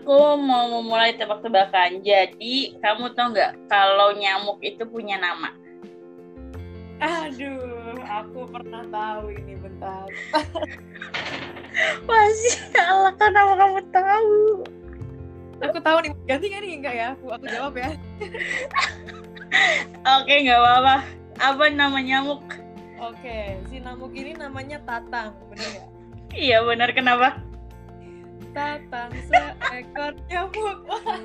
Aku mau memulai tebak-tebakan. Jadi, kamu tahu nggak kalau nyamuk itu punya nama? Aduh, aku pernah tahu ini, bentar. Masih Allah, kenapa kamu tahu? Aku tahu nih, ganti nggak nih? Enggak ya, aku jawab ya. Oke, nggak apa-apa. Apa nama nyamuk? Oke, si nyamuk ini namanya Tatang, bener nggak? Iya benar, kenapa? Tatang seekor nyamuk.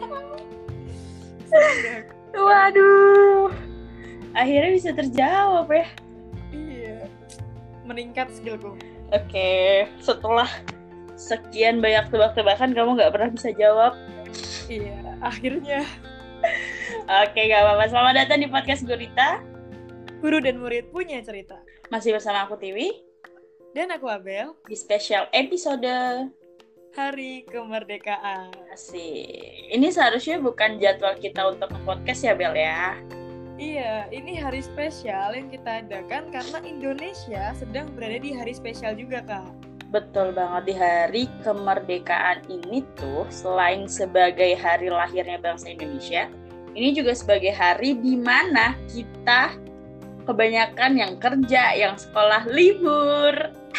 Seru deh. Waduh, akhirnya bisa terjawab ya. Iya, meningkat skillku. Oke, setelah sekian banyak tebak-tebakan kamu nggak pernah bisa jawab. Iya, akhirnya. Oke, nggak apa-apa. Selamat datang di podcast Gurita. Guru dan murid punya cerita. Masih bersama aku Tiwi Dan aku Abel, di spesial episode Hari Kemerdekaan. Asik. Ini seharusnya bukan jadwal kita untuk nge-podcast ya, Bel ya? Iya, ini hari spesial yang kita adakan karena Indonesia sedang berada di hari spesial juga, Kak. Betul banget, di hari kemerdekaan ini tuh selain sebagai hari lahirnya bangsa Indonesia, ini juga sebagai hari di mana kita kebanyakan yang kerja, yang sekolah libur.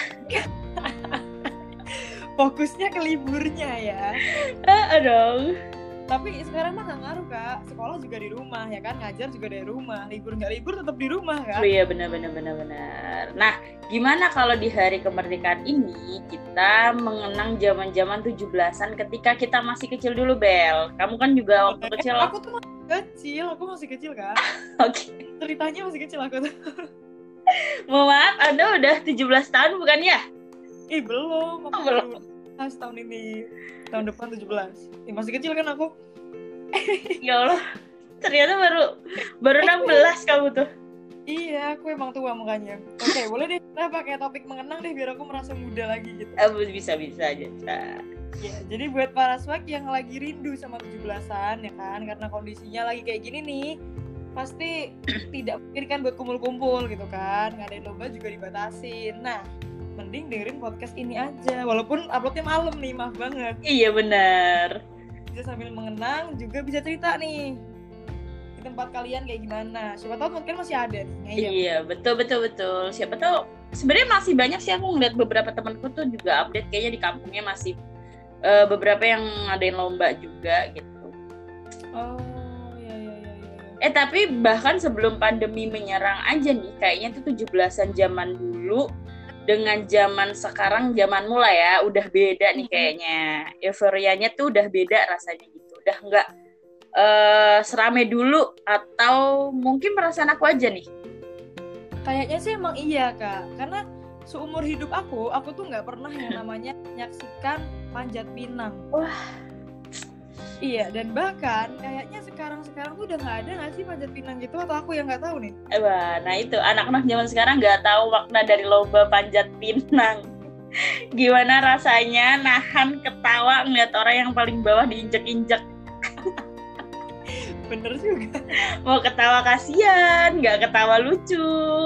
Fokusnya ke liburnya ya. Dong. Tapi sekarang mah nggak ngaruh, Kak. Sekolah juga di rumah ya kan, ngajar juga dari rumah. Libur nggak libur tetap di rumah kan. Oh iya, benar. Nah, gimana kalau di hari kemerdekaan ini kita mengenang zaman-zaman 17-an ketika kita masih kecil dulu, Bel? Kamu kan juga waktu kecil. Aku tuh aku masih kecil, Kak. Oke. Ceritanya masih kecil aku tuh. Mohon maaf, Anda udah 17 tahun bukan ya? Belum. Oh, belum. Tahun ini, tahun depan 17. Masih kecil kan aku. Ya Allah, ternyata baru 16 kamu tuh. Iya, aku emang tua makanya. Oke, boleh deh kita pakai topik mengenang deh biar aku merasa muda lagi gitu. Bisa aja. Ya, jadi buat para swag yang lagi rindu sama 17-an ya kan, karena kondisinya lagi kayak gini nih, pasti tidak mungkin kan buat kumpul-kumpul gitu kan, ngadain lomba juga dibatasin. Nah, mending dengerin podcast ini aja, walaupun uploadnya malam nih, maaf banget. Iya benar. Bisa sambil mengenang, juga bisa cerita nih di tempat kalian kayak gimana. Siapa tahu mungkin masih ada nih. Iya, betul. Siapa tahu sebenarnya masih banyak sih, aku ngeliat beberapa temanku tuh juga update kayaknya di kampungnya masih beberapa yang ngadain lomba juga gitu. Oh, iya. Tapi bahkan sebelum pandemi menyerang aja nih, kayaknya tuh 17-an zaman dulu dengan zaman sekarang, zaman mulai ya, udah beda nih kayaknya. Euforianya tuh udah beda rasanya gitu. Udah nggak serame dulu, atau mungkin perasaan aku aja nih? Kayaknya sih emang iya, Kak. Karena seumur hidup aku tuh nggak pernah yang namanya menyaksikan Panjat Pinang. Wah. Iya, dan bahkan kayaknya sekarang tuh udah nggak ada nggak sih Panjat Pinang gitu, atau aku yang nggak tahu nih? Wah, nah itu anak-anak zaman sekarang nggak tahu makna dari lomba Panjat Pinang. Gimana rasanya nahan ketawa ngeliat orang yang paling bawah diinjek-injek? Bener juga. Mau ketawa kasihan, nggak ketawa lucu.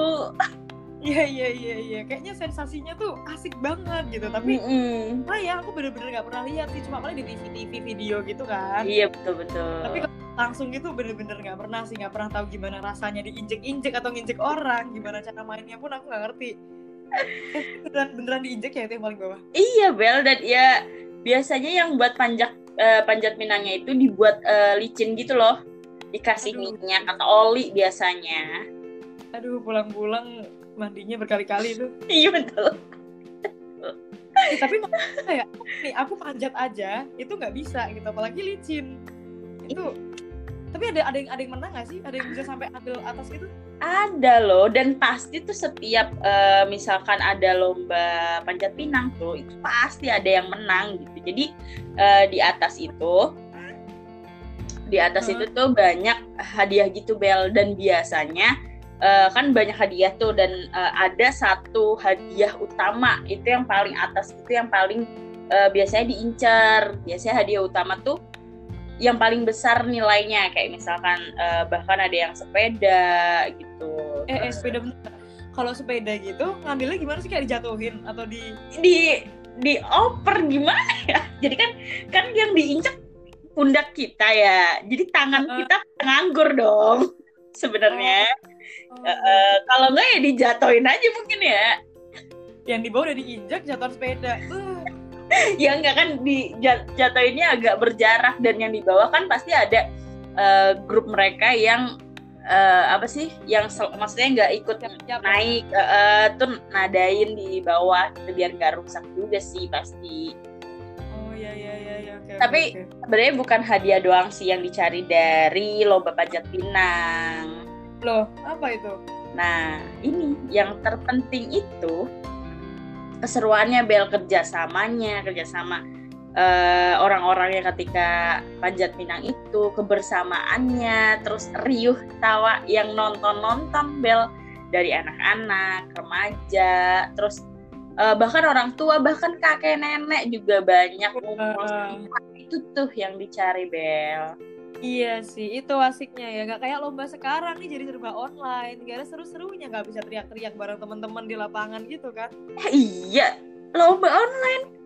Iya. Kayaknya sensasinya tuh asik banget gitu. Tapi ya aku bener-bener nggak pernah lihat sih. Cuma paling di TV video gitu kan. Iya, betul. Tapi langsung gitu bener-bener nggak pernah sih. Nggak pernah tahu gimana rasanya diinjek-injek atau nginjek orang. Gimana cara mainnya pun aku nggak ngerti. Beneran diinjek ya itu yang paling bawah? Iya, Bel. Dan ya biasanya yang buat panjat pinangnya itu dibuat licin gitu loh. Dikasih minyak atau oli biasanya. Aduh, pulang-pulang mandinya berkali-kali itu. Iya, betul. Tapi kayak nih aku panjat aja itu nggak bisa gitu, apalagi licin itu. Tapi ada yang menang nggak sih? Ada yang bisa sampai ambil atas gitu? Ada loh, dan pasti tuh setiap misalkan ada lomba panjat pinang tuh, itu pasti ada yang menang gitu. Jadi di atas itu tuh banyak hadiah gitu, Bel. Dan biasanya kan banyak hadiah tuh, dan ada satu hadiah utama itu yang paling atas, itu yang paling biasanya diincar. Biasanya hadiah utama tuh yang paling besar nilainya, kayak misalkan bahkan ada yang sepeda gitu. Sepeda bener. Kalau sepeda gitu ngambilnya gimana sih, kayak dijatuhin atau dioper gimana ya? Jadi kan yang diinjak pundak kita ya. Jadi tangan kita nganggur dong sebenarnya. Kalau enggak ya dijatoin aja mungkin ya. Yang di bawah udah diinjak jatuh sepeda. Ya enggak kan dijatoinnya agak berjarak, dan yang di bawah kan pasti ada grup mereka yang apa sih, yang maksudnya nggak ikut naik, tuh nadain di bawah gitu, biar nggak rusak juga sih pasti. Oh iya. Okay, tapi sebenarnya bukan hadiah doang sih yang dicari dari lomba panjat pinang. Loh, apa itu? Nah, ini yang terpenting itu keseruannya, Bel, kerjasama orang-orang yang ketika panjat pinang itu, kebersamaannya, terus riuh tawa yang nonton Bel, dari anak-anak, remaja, terus bahkan orang tua, bahkan kakek nenek juga banyak ngumpul. Itu tuh yang dicari, Bel. Iya sih, itu asiknya ya. Gak kayak lomba sekarang nih, jadi serba online. Gak ada seru-serunya, gak bisa teriak-teriak bareng teman-teman di lapangan gitu kan. Iya, lomba online.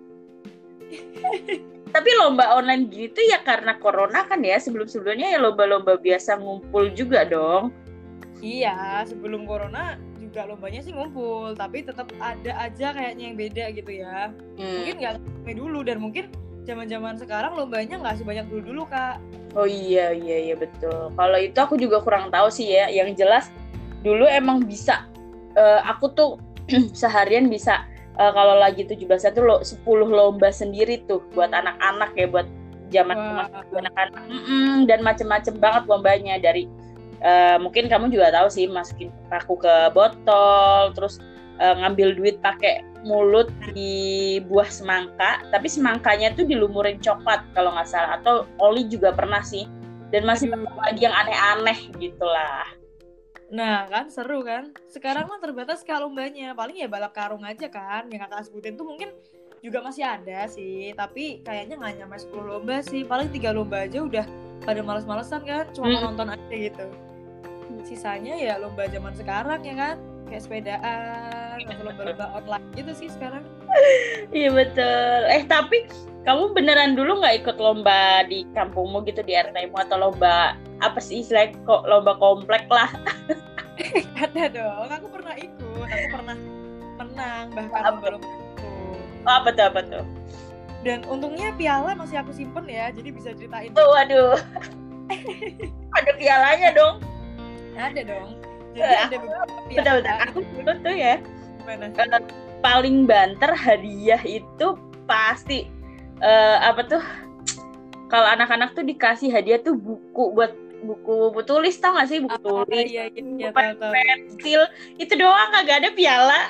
Tapi lomba online gitu ya karena corona kan ya. Sebelum-sebelumnya ya lomba-lomba biasa ngumpul juga dong. Iya, sebelum corona juga lombanya sih ngumpul, tapi tetap ada aja kayaknya yang beda gitu ya. Mungkin nggak kayak dulu, dan mungkin zaman-zaman sekarang lombanya nggak sebanyak dulu Kak. Oh iya betul. Kalau itu aku juga kurang tahu sih ya. Yang jelas dulu emang bisa, aku tuh seharian bisa, kalau lagi 17-an tuh 10 lomba sendiri tuh buat anak-anak ya, buat zaman anak-anak. Dan macem-macem banget lombanya, dari mungkin kamu juga tahu sih, masukin paku ke botol, terus ngambil duit pakai mulut di buah semangka, tapi semangkanya tuh dilumurin coklat kalau nggak salah, atau oli juga pernah sih. Dan masih banyak lagi yang aneh-aneh gitulah. Nah kan seru kan. Sekarang mah terbatas kalau lombanya, paling ya balap karung aja kan. Yang kakak sebutin tuh mungkin juga masih ada sih, tapi kayaknya nggak nyampe 10 lomba sih. Paling 3 lomba aja udah pada males-malesan kan, cuma nonton aja gitu. Sisanya ya lomba zaman sekarang ya kan, kayak sepedaan atau lomba-lomba online gitu sih sekarang. Iya betul. Tapi kamu beneran dulu nggak ikut lomba di kampungmu gitu, di RT-mu, atau lomba apa sih istilahnya, kok lomba komplek lah? Ada dong, aku pernah ikut, aku pernah menang bahkan lomba-lomba itu. Apa tuh? Dan untungnya piala masih aku simpen ya, jadi bisa ceritain. Waduh. Ada pialanya dong. Ada dong. Jadi ada beberapa piala. Betul. Aku dulu tuh ya. Gimana? Paling banter hadiah itu pasti apa tuh? Kalau anak-anak tuh dikasih hadiah tuh buku tulis, tau gak sih, buku tulis, pensil, itu doang, kagak ada piala.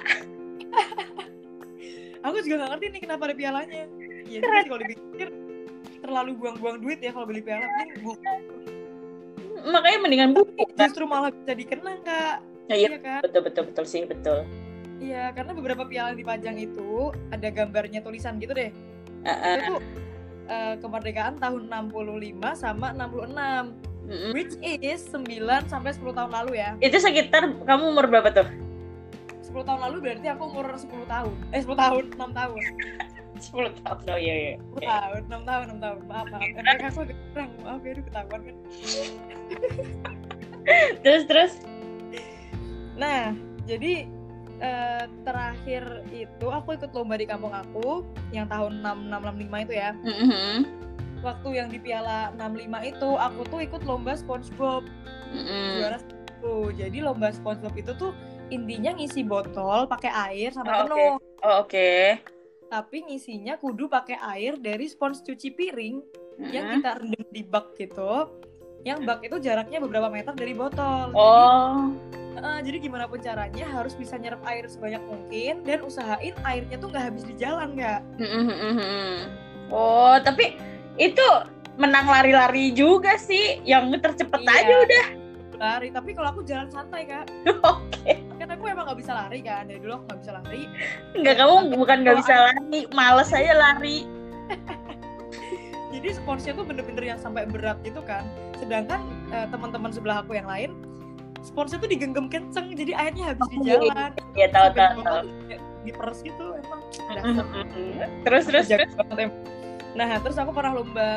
Aku juga gak ngerti nih kenapa ada pialanya. Iya sih, kalau dipikir terlalu buang-buang duit ya kalau beli piala, mending buku. Makanya mendingan buku. Justru malah bisa dikenang Kak. Iya kan? Betul sih, betul. Iya, karena beberapa piala dipajang itu ada gambarnya, tulisan gitu deh. Itu tuh kemerdekaan tahun 65 sama 66. Which is 9 sampai 10 tahun lalu ya. Itu sekitar kamu umur berapa tuh? 10 tahun lalu berarti aku umur 10 tahun. 10 tahun, 6 tahun. 10 tahun, oh iya. 10 tahun, 6 tahun. Maaf. Mereka aku agak kurang, maaf ya, ketahuan kan. Terus? Nah, jadi terakhir itu aku ikut lomba di kampung aku yang tahun 6665 itu ya. Waktu yang di piala 65 itu aku tuh ikut lomba SpongeBob. Juara 1. Jadi lomba SpongeBob itu tuh intinya ngisi botol pakai air sampai penuh. Oke. Tapi ngisinya kudu pakai air dari spons cuci piring yang kita rendam di bak gitu. Yang bak itu jaraknya beberapa meter dari botol. Jadi gimana pun caranya harus bisa nyerap air sebanyak mungkin dan usahain airnya tuh nggak habis di jalan, nggak? Tapi itu menang lari-lari juga sih, yang tercepet aja udah. Lari, tapi kalau aku jalan santai Kak. Oke. Kan aku emang nggak bisa lari kan, dari dulu aku nggak bisa lari. Enggak, kamu bukan nggak bisa lari, males aja lari. Jadi sponsnya tuh bener-bener yang sampai berat gitu kan. Sedangkan teman-teman sebelah aku yang lain, sponsnya tuh digenggam kenceng, jadi airnya habis di jalan. Iya, tahu. Diperes gitu emang. Terus. Nah, terus aku pernah lomba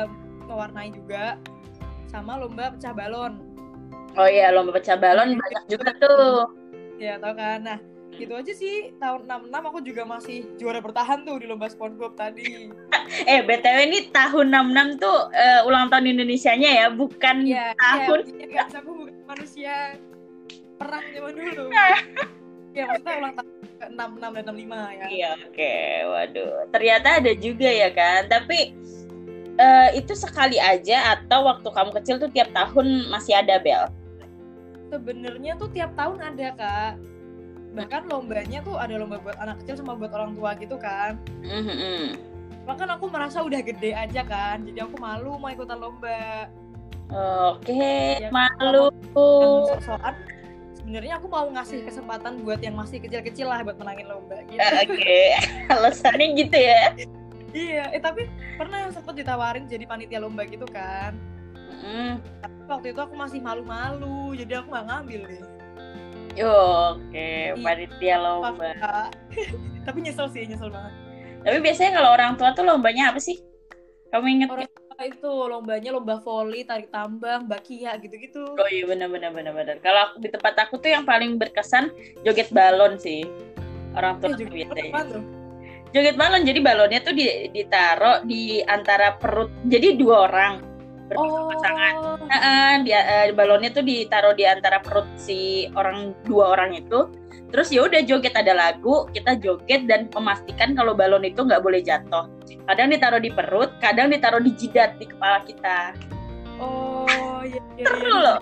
mewarnai juga, sama lomba pecah balon. Oh iya, lomba pecah balon banyak juga tuh. Ya tau kan. Nah gitu aja sih, tahun 66 aku juga masih juara bertahan tuh di lomba SpongeBob tadi. BTW ini tahun 66 tuh ulang tahun Indonesianya ya, bukan tahun. Iya guys, aku bukan manusia perang zaman dulu. Ya maksudnya ulang tahun ke 66 dan 65 ya. Iya, oke. Waduh, ternyata ada juga ya kan. Tapi itu sekali aja atau waktu kamu kecil tuh tiap tahun masih ada, Bel? Sebenarnya tuh tiap tahun ada, Kak. Bahkan lombanya tuh ada lomba buat anak kecil sama buat orang tua gitu kan. Bahkan aku merasa udah gede aja kan, jadi aku malu mau ikutan lomba. Oke, ya, malu. Sok-sokan sebenarnya aku mau ngasih kesempatan buat yang masih kecil-kecil lah buat menangin lomba gitu. Oke. Alasannya gitu ya. Iya, tapi pernah sempet ditawarin jadi panitia lomba gitu kan. Tapi waktu itu aku masih malu-malu, jadi aku gak ngambil deh. Oke, panitia lomba. Tapi nyesel banget. Tapi biasanya kalau orang tua tuh lombanya apa sih? Kamu inget? Orang tua itu lombanya lomba voli, tarik tambang, bakia gitu-gitu. Oh iya, benar. Kalau di tempat aku tuh yang paling berkesan joget balon sih. Orang tua juga biasanya. Joget balon, jadi balonnya tuh ditaruh di antara perut. Jadi dua orang berpasangan. Balonnya tuh ditaruh di antara perut si dua orang itu. Terus ya udah joget, ada lagu, kita joget dan memastikan kalau balon itu nggak boleh jatuh. Kadang ditaruh di perut, kadang ditaruh di jidat, di kepala kita. Oh iya. Seru loh.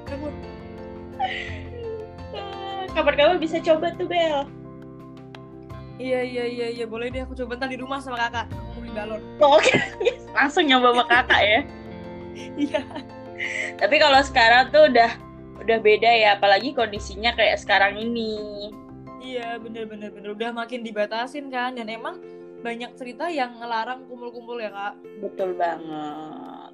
Kapan-kapan bisa coba tuh, Bel. Iya, boleh deh, aku coba ntar di rumah sama kakak, mau beli balon. Oke, langsung nyoba sama kakak ya. Iya. Tapi kalau sekarang tuh udah beda ya, apalagi kondisinya kayak sekarang ini. Iya, bener. Udah makin dibatasin kan, dan emang banyak cerita yang ngelarang kumpul-kumpul ya, Kak. Betul banget.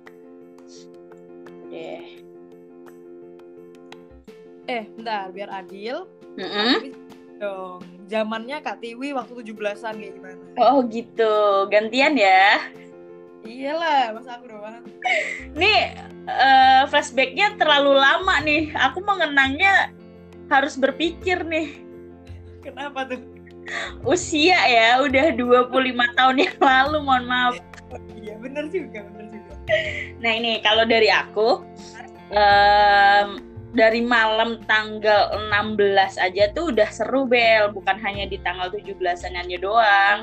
Bentar, biar adil. Dong, zamannya Kak Tiwi waktu 17-an kayak gimana? Oh gitu, gantian ya. Iyalah, masa aku doang. Nih, flashbacknya terlalu lama nih. Aku mengenangnya harus berpikir nih. Kenapa tuh? Usia ya, udah 25 tahun yang lalu, mohon maaf. Iya, bener juga. Nah ini, kalau dari aku, dari malam tanggal 16 aja tuh udah seru, Bel. Bukan hanya di tanggal 17-annya doang.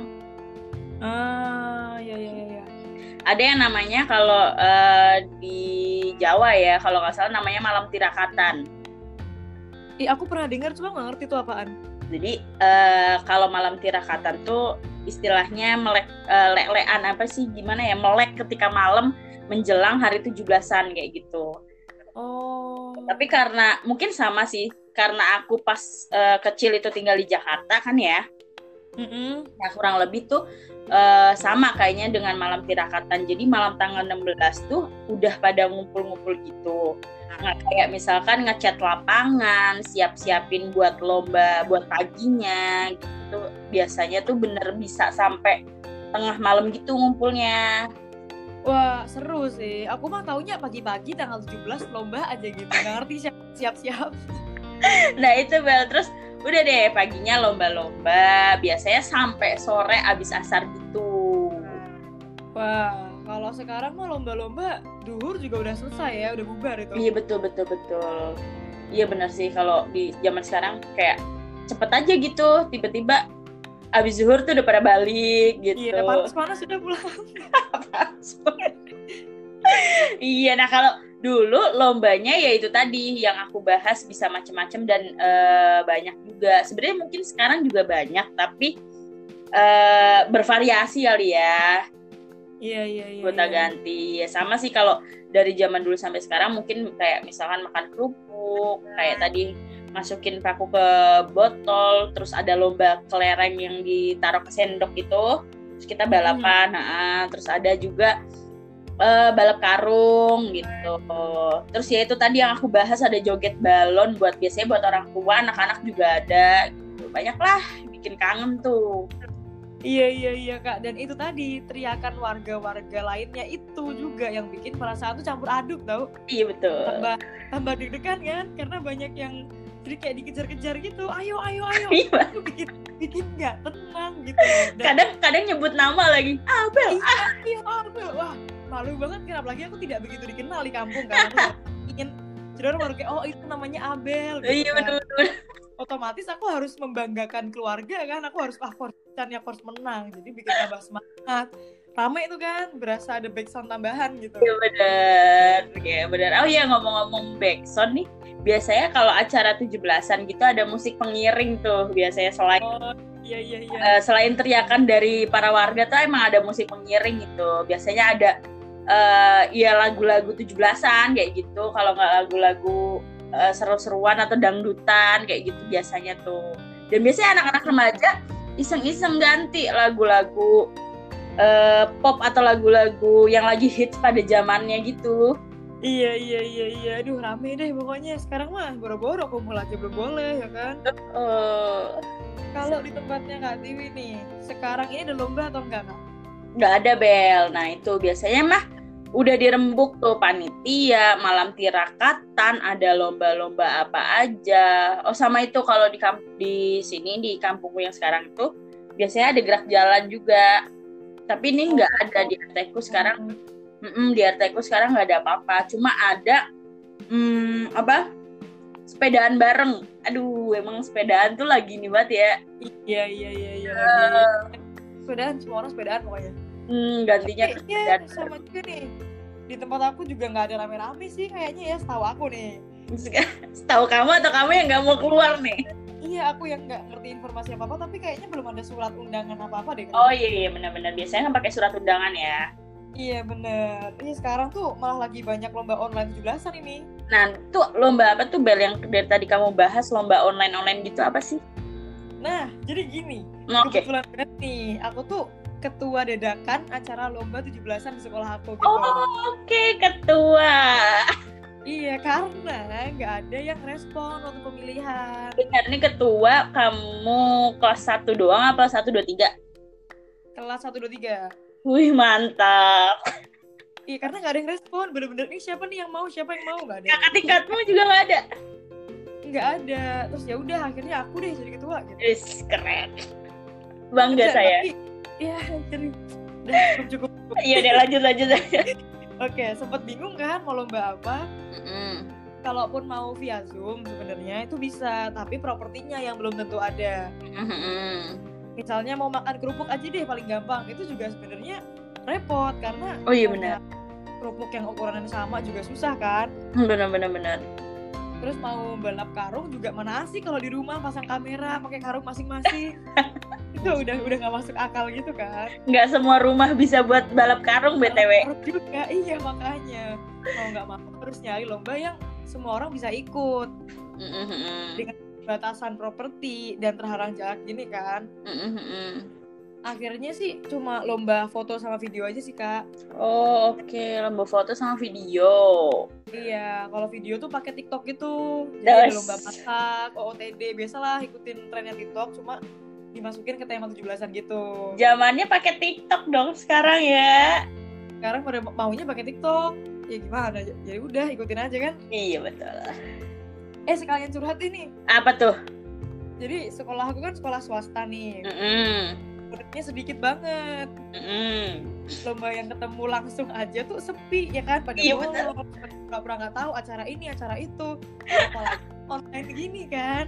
Iya. Ada yang namanya kalau di Jawa ya, kalau nggak salah namanya malam tirakatan. Aku pernah dengar, cuma nggak ngerti itu apaan. Jadi kalau malam tirakatan tuh istilahnya lek-lekan apa sih, gimana ya, melek ketika malam menjelang hari 17-an kayak gitu. Oh. Tapi karena mungkin sama sih, karena aku pas kecil itu tinggal di Jakarta kan ya. Nah, kurang lebih tuh sama kayaknya dengan malam tirakatan. Jadi malam tanggal 16 tuh udah pada ngumpul-ngumpul gitu. Nah, kayak misalkan ngecat lapangan, siap-siapin buat lomba buat paginya gitu. Biasanya tuh bener bisa sampai tengah malam gitu ngumpulnya. Wah, seru sih. Aku mah taunya pagi-pagi tanggal 17 lomba aja gitu. Nggak ngerti siap-siap. Nah itu, Bel. Terus udah deh, paginya lomba-lomba. Biasanya sampai sore abis asar gitu. Wah, kalau sekarang mah lomba-lomba duhur juga udah selesai ya, udah bubar itu. Iya, betul. Iya benar sih, kalau di zaman sekarang kayak cepet aja gitu. Tiba-tiba abis zuhur tuh udah pada balik gitu. Iya, panas sudah pulang. Iya, nah kalau dulu lombanya ya itu tadi yang aku bahas, bisa macam-macam dan banyak juga. Sebenarnya mungkin sekarang juga banyak, tapi bervariasi kali ya. Iya. Gonta-ganti. Ya sama sih, kalau dari zaman dulu sampai sekarang mungkin kayak misalkan makan kerupuk, kayak tadi masukin paku ke botol, terus ada lomba kelereng yang ditaruh ke sendok itu, terus kita balapan. Terus ada juga balap karung gitu. Terus ya itu tadi yang aku bahas, ada joget balon biasanya buat orang tua, anak-anak juga ada gitu. Banyak lah, bikin kangen tuh. Iya Kak, dan itu tadi teriakan warga-warga lainnya itu juga yang bikin perasaan tuh campur aduk tau. Iya betul. Tambah deg-degan kan, karena banyak yang jadi kayak dikejar-kejar gitu, ayo. Iya. Itu bikin nggak tenang gitu. Dan Kadang nyebut nama lagi, Abel. Iya Abel, wah malu banget kan, apalagi aku tidak begitu dikenal di kampung kan. Aku ingin jadi orang baru kayak, oh itu namanya Abel. Gitu, Iya kan. betul. Otomatis aku harus membanggakan keluarga kan, aku harus harus menang, jadi bikin tambah semangat. Rame itu kan, berasa ada backsound tambahan gitu. Iya benar. Oh iya, ngomong-ngomong backsound nih, biasanya kalau acara 17-an gitu ada musik pengiring tuh biasanya selain selain teriakan dari para warga tuh emang ada musik pengiring gitu. Biasanya ada ya lagu-lagu 17-an kayak gitu, kalau nggak lagu-lagu seru-seruan atau dangdutan kayak gitu biasanya tuh. Dan biasanya anak-anak remaja iseng-iseng ganti lagu-lagu pop atau lagu-lagu yang lagi hits pada zamannya gitu. Iya. Aduh rame deh pokoknya. Sekarang mah boro-boro kumpul aja belum boleh ya kan. Kalau di tempatnya Kak Tiwi nih, sekarang ini ada lomba atau enggak Kak? Nggak ada Bel. Nah itu biasanya mah udah dirembuk tuh panitia, malam tirakatan, ada lomba-lomba apa aja. Oh sama itu kalau di sini di kampungku yang sekarang itu biasanya ada gerak jalan juga. Tapi ini nggak ada di RT-ku sekarang. Di RT-ku sekarang nggak ada apa-apa. Cuma ada sepedaan bareng. Aduh, emang sepedaan tuh lagi nih banget ya. Iya. Sepedaan, semua orang sepedaan pokoknya. Gantinya iya, sama juga nih. Di tempat aku juga nggak ada rame-rame sih kayaknya ya, setahu aku nih. Setahu kamu atau kamu yang nggak mau keluar nih? Iya, aku yang nggak ngerti informasi apa-apa, tapi kayaknya belum ada surat undangan apa-apa deh. Oh iya benar-benar. Biasanya kan pakai surat undangan ya. Iya benar. Ini sekarang tuh malah lagi banyak lomba online 17-an ini. Nah, tuh lomba apa tuh Bel yang dari tadi kamu bahas, lomba online gitu apa sih? Nah, jadi gini. Okay. Kebetulan banget nih, aku tuh ketua dadakan acara lomba 17-an di sekolah aku gitu. Oke, ketua. Iya, karena nggak ada yang respon waktu pemilihan. Benar, nih ketua kamu kelas 1 doang apa 1, 2, 3? Kelas 1, 2, 3. Wih, mantap. Iya, karena nggak ada yang respon. Bener-bener, nih siapa nih yang mau, nggak ada. Kakak tingkatmu juga nggak ada? Nggak ada. Terus ya udah, akhirnya aku deh jadi ketua gitu. Keren. Bangga saya. Tapi, ya, jadi udah cukup. Iya, udah lanjut aja. Oke, sempat bingung kan mau lomba apa? Kalaupun mau via Zoom sebenarnya itu bisa, tapi propertinya yang belum tentu ada. Misalnya mau makan kerupuk aja deh paling gampang, itu juga sebenarnya repot karena benar. Kerupuk yang ukurannya sama juga susah kan? Benar. Terus mau balap karung juga mana asik kalau di rumah pasang kamera pakai karung masing-masing. Itu udah nggak masuk akal gitu kan? Nggak semua rumah bisa buat balap karung BTW. Juga, iya makanya mau nggak mau harus nyari lomba yang semua orang bisa ikut dengan batasan properti dan terhalang jarak gini kan. Akhirnya sih cuma lomba foto sama video aja sih Kak. Oh oke. Lomba foto sama video. Iya, kalau video tuh pakai TikTok gitu. Jadi ada lomba masak, OOTD, biasalah ikutin trennya TikTok, cuma dimasukin ke tema 17-an gitu. Zamannya pakai TikTok dong sekarang ya. Sekarang pada maunya pakai TikTok. Ya gimana? Jadi udah ikutin aja kan? Iya betul. Sekalian curhat ini. Apa tuh? Jadi sekolah aku kan sekolah swasta nih. Muridnya sedikit banget. Lomba yang ketemu langsung aja tuh sepi ya kan, pada nggak pernah nggak tahu acara ini acara itu, apalagi online gini kan.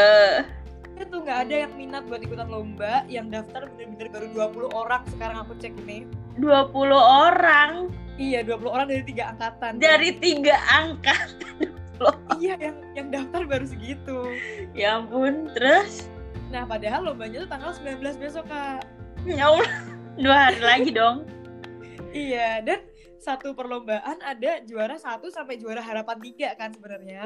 Itu nggak ada yang minat buat ikutan lomba, yang daftar bener-bener baru 20 orang sekarang aku cek ini. 20 orang? Iya, 20 orang dari 3 angkatan. Dari 3 angkatan? Iya, yang daftar baru segitu. Ya ampun, terus? Nah, padahal lombanya tuh tanggal 19 besok, Kak. Ya Allah, 2 hari lagi dong. Iya, dan satu perlombaan ada juara 1 sampai juara harapan 3 kan sebenarnya.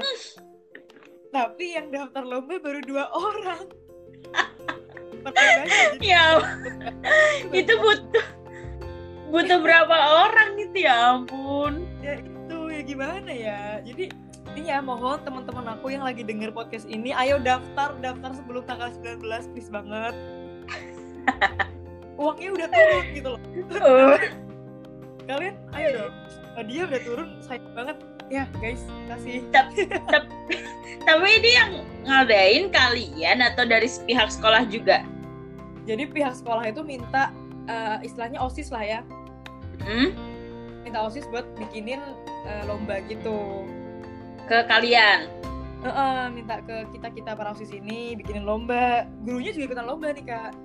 Tapi yang daftar lomba baru 2 orang. Ya, itu butuh berapa orang gitu, ya ampun. Ya itu, ya gimana ya. Jadi ini ya, mohon teman-teman aku yang lagi denger podcast ini, ayo daftar sebelum tanggal 19, please banget. uangnya udah turun gitu loh. Oh. Kalian ayo dong, hadiah udah turun, sayang banget ya guys, kasih. Tapi ini yang ngadain kalian atau dari pihak sekolah juga? Jadi pihak sekolah itu minta istilahnya OSIS lah ya, minta OSIS buat bikinin lomba gitu Ke kalian? minta ke kita para OSIS ini bikinin lomba. Gurunya juga ikutan lomba nih Kak.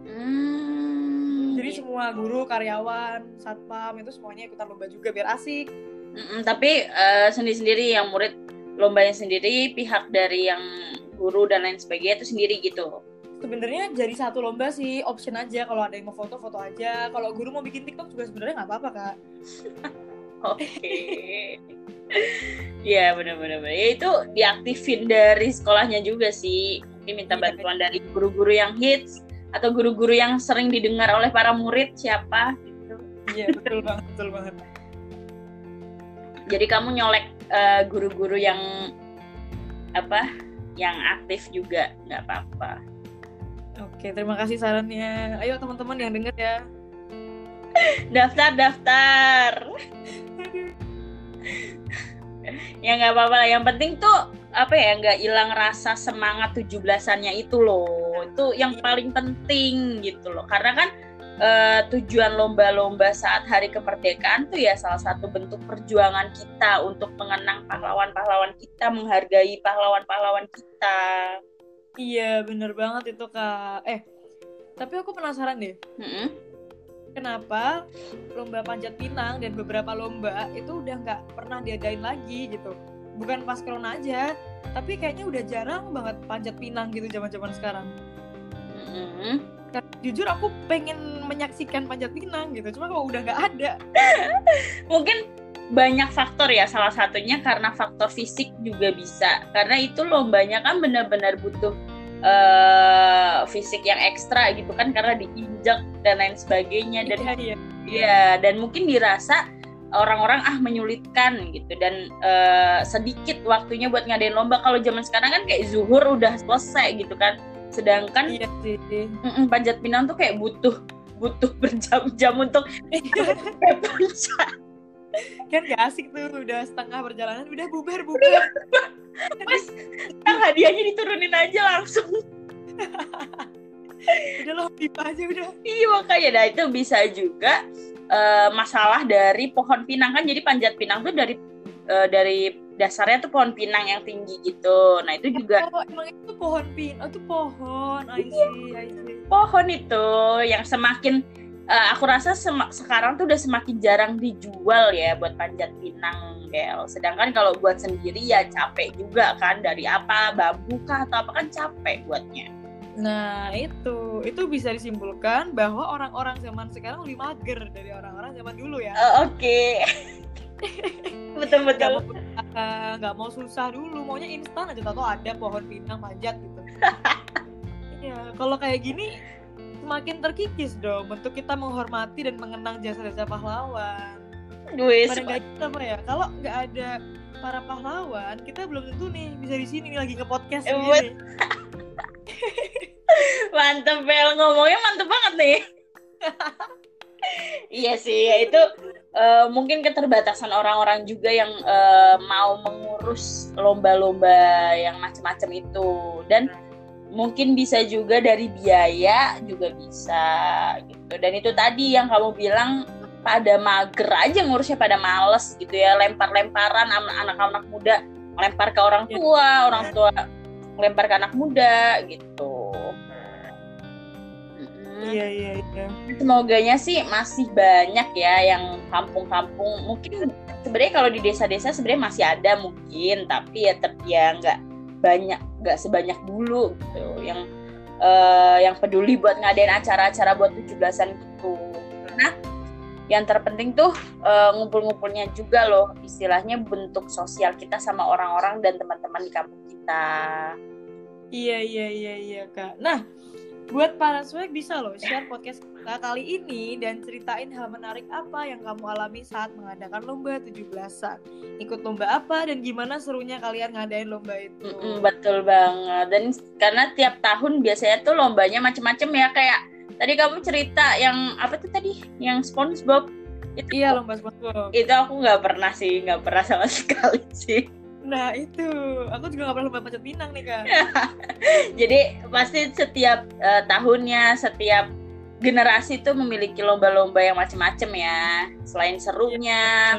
Jadi semua guru, karyawan, satpam itu semuanya ikutan lomba juga biar asik. Tapi sendiri-sendiri yang murid lombanya sendiri, pihak dari yang guru dan lain sebagainya itu sendiri gitu. Sebenarnya jadi satu lomba sih, option aja. Kalau ada yang mau foto aja. Kalau guru mau bikin TikTok juga sebenarnya nggak apa-apa Kak. Oke. Ya benar-benar. Ya itu diaktifin dari sekolahnya juga sih. Mungkin minta bantuan dari guru-guru yang hits atau guru-guru yang sering didengar oleh para murid siapa gitu. Iya betul banget. Jadi kamu nyolek guru-guru yang yang aktif juga, nggak apa-apa. Oke, terima kasih sarannya. Ayo teman-teman yang denger ya. Daftar. Ya nggak apa-apa lah. Yang penting tuh nggak hilang rasa semangat 17-annya itu loh. Itu yang paling penting gitu loh. Karena kan tujuan lomba-lomba saat hari kemerdekaan tuh ya salah satu bentuk perjuangan kita untuk mengenang pahlawan-pahlawan kita, menghargai pahlawan-pahlawan kita. Iya bener banget itu Kak. Tapi aku penasaran deh. Kenapa lomba panjat pinang dan beberapa lomba itu udah nggak pernah diadain lagi gitu? Bukan pas corona aja, tapi kayaknya udah jarang banget panjat pinang gitu zaman-zaman sekarang. Jujur aku pengen menyaksikan panjat pinang gitu, cuma kalau udah nggak ada. Mungkin banyak faktor ya, salah satunya karena faktor fisik juga bisa. Karena itu lombanya kan benar-benar butuh fisik yang ekstra gitu kan, karena diinjak dan lain sebagainya. Dan dan mungkin dirasa orang-orang menyulitkan gitu, dan sedikit waktunya buat ngadain lomba. Kalau zaman sekarang kan kayak zuhur udah selesai gitu kan. Sedangkan panjat pinang tuh kayak butuh berjam-jam untuk kayak puncak. Kan gak asik tuh, udah setengah perjalanan udah bubar. Mas, hadiahnya diturunin aja langsung. Udah loh, pipa aja udah. Iya makanya, nah itu bisa juga masalah dari pohon pinang kan. Jadi panjat pinang tuh dari dasarnya tuh pohon pinang yang tinggi gitu. Nah itu juga emang itu pohon pinang, itu pohon. I see. Pohon itu yang semakin aku rasa sekarang tuh udah semakin jarang dijual ya buat panjat pinang, Bel. Sedangkan kalau buat sendiri ya capek juga kan, dari bambu kah atau apa kan capek buatnya. Nah itu bisa disimpulkan bahwa orang-orang zaman sekarang lebih mager dari orang-orang zaman dulu ya. Oke. Betul. Nggak mau susah dulu, maunya instan aja. Tahu ada pohon pinang panjat gitu. Iya, kalau kayak gini semakin terkikis dong bentuk kita menghormati dan mengenang jasa-jasa pahlawan. Apa ya? Kalau nggak ada para pahlawan, kita belum tentu nih bisa di sini lagi nge-podcast begini. Mantep, Bel, ngomongnya mantep banget nih. Iya sih, ya itu mungkin keterbatasan orang-orang juga yang mau mengurus lomba-lomba yang macam-macam itu. Dan mungkin bisa juga dari biaya juga bisa gitu. Dan itu tadi yang kamu bilang, pada mager aja ngurusnya, pada males gitu ya, lempar-lemparan anak-anak muda lempar ke orang tua lempar ke anak muda gitu. Iya. Semoganya sih masih banyak ya yang kampung-kampung. Mungkin sebenarnya kalau di desa-desa sebenarnya masih ada mungkin, tapi ya nggak sebanyak dulu gitu yang peduli buat ngadain acara-acara buat 17-an gitu. Nah, yang terpenting tuh ngumpul-ngumpulnya juga loh, istilahnya bentuk sosial kita sama orang-orang dan teman-teman di kampung kita. Iya Kak. Nah, buat para swag bisa loh share podcast kita kali ini dan ceritain hal menarik apa yang kamu alami saat mengadakan lomba 17-an. Ikut lomba apa dan gimana serunya kalian ngadain lomba itu. Betul banget. Dan karena tiap tahun biasanya tuh lombanya macam-macam ya, kayak Tadi kamu cerita yang apa tuh tadi? Yang SpongeBob. Iya, lomba SpongeBob. Itu aku nggak pernah sama sekali sih. Nah itu, aku juga nggak pernah lomba panjat pinang nih Kak. Jadi pasti setiap tahunnya, setiap generasi tuh memiliki lomba-lomba yang macam-macam ya. Selain serunya,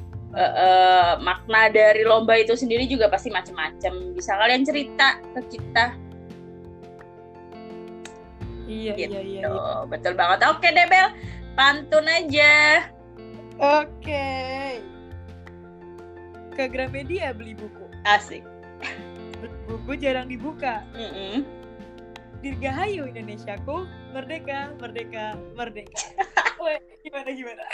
makna dari lomba itu sendiri juga pasti macam-macam. Bisa kalian cerita ke kita? Iya, Gitu. iya. Betul banget. Oke deh Bel, pantun aja. Oke. Ke Gramedia beli buku. Asik. Buku jarang dibuka. Mm-mm. Dirgahayu Indonesiaku, merdeka, merdeka, merdeka. Weh, gimana?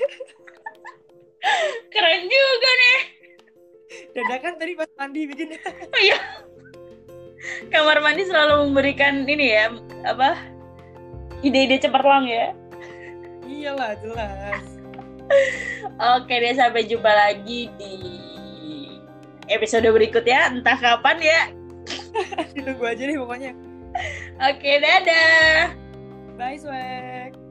Keren juga nih. Dadakan tadi pas mandi bikin. Oh iya. Kamar mandi selalu memberikan ini ya, apa? Ide-ide cemerlang ya. Iyalah, jelas. Oke deh, sampai jumpa lagi di episode berikutnya, entah kapan ya. Ditunggu aja deh pokoknya. Oke, dadah. Bye, swag.